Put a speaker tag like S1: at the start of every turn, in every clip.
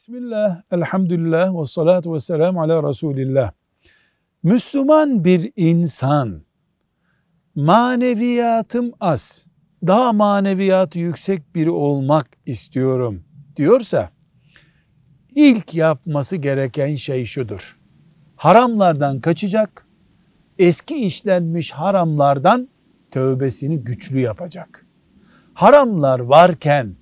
S1: Bismillah, elhamdülillah ve salatu ve selamu ala Resulillah. Müslüman bir insan, maneviyatım az, daha maneviyatı yüksek biri olmak istiyorum diyorsa, ilk yapması gereken şey şudur: haramlardan kaçacak, eski işlenmiş haramlardan tövbesini güçlü yapacak. Haramlar varken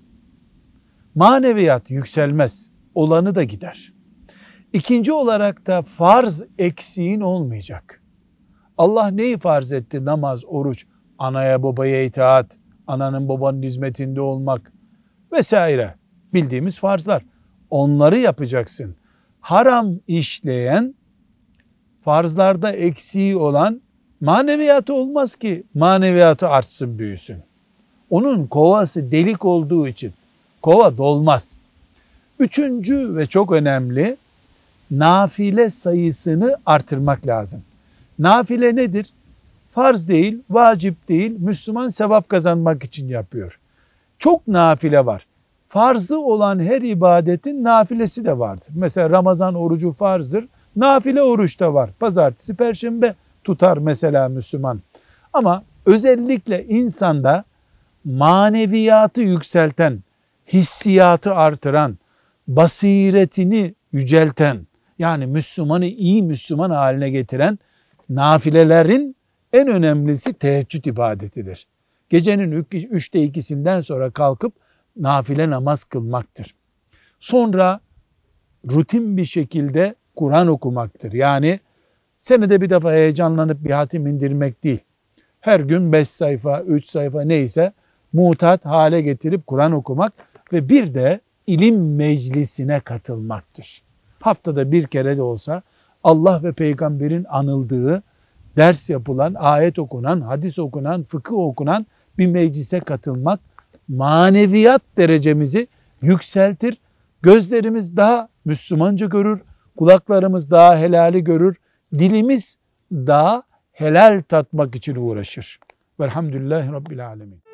S1: maneviyat yükselmez, olanı da gider. İkinci olarak da farz eksiğin olmayacak. Allah neyi farz etti? Namaz, oruç, anaya babaya itaat, ananın babanın hizmetinde olmak vesaire, bildiğimiz farzlar. Onları yapacaksın. Haram işleyen, farzlarda eksiği olan maneviyatı olmaz ki maneviyatı artsın, büyüsün. Onun kovası delik olduğu için kova dolmaz. Üçüncü ve çok önemli, nafile sayısını artırmak lazım. Nafile nedir? Farz değil, vacip değil, Müslüman sevap kazanmak için yapıyor. Çok nafile var. Farzı olan her ibadetin nafilesi de vardır. Mesela Ramazan orucu farzdır. Nafile oruç da var. Pazartesi, perşembe tutar mesela Müslüman. Ama özellikle insanda maneviyatı yükselten, hissiyatı artıran, basiretini yücelten, yani Müslümanı iyi Müslüman haline getiren nafilelerin en önemlisi teheccüd ibadetidir. Gecenin 3'te 2'sinden sonra kalkıp nafile namaz kılmaktır. Sonra rutin bir şekilde Kur'an okumaktır. Yani senede bir defa heyecanlanıp bir hatim indirmek değil. Her gün 5 sayfa, 3 sayfa neyse mutat hale getirip Kur'an okumak ve bir de ilim meclisine katılmaktır. Haftada bir kere de olsa Allah ve peygamberin anıldığı, ders yapılan, ayet okunan, hadis okunan, fıkıh okunan bir meclise katılmak maneviyat derecemizi yükseltir. Gözlerimiz daha Müslümanca görür, kulaklarımız daha helali görür, dilimiz daha helal tatmak için uğraşır. Velhamdülillahi Rabbil Alemin.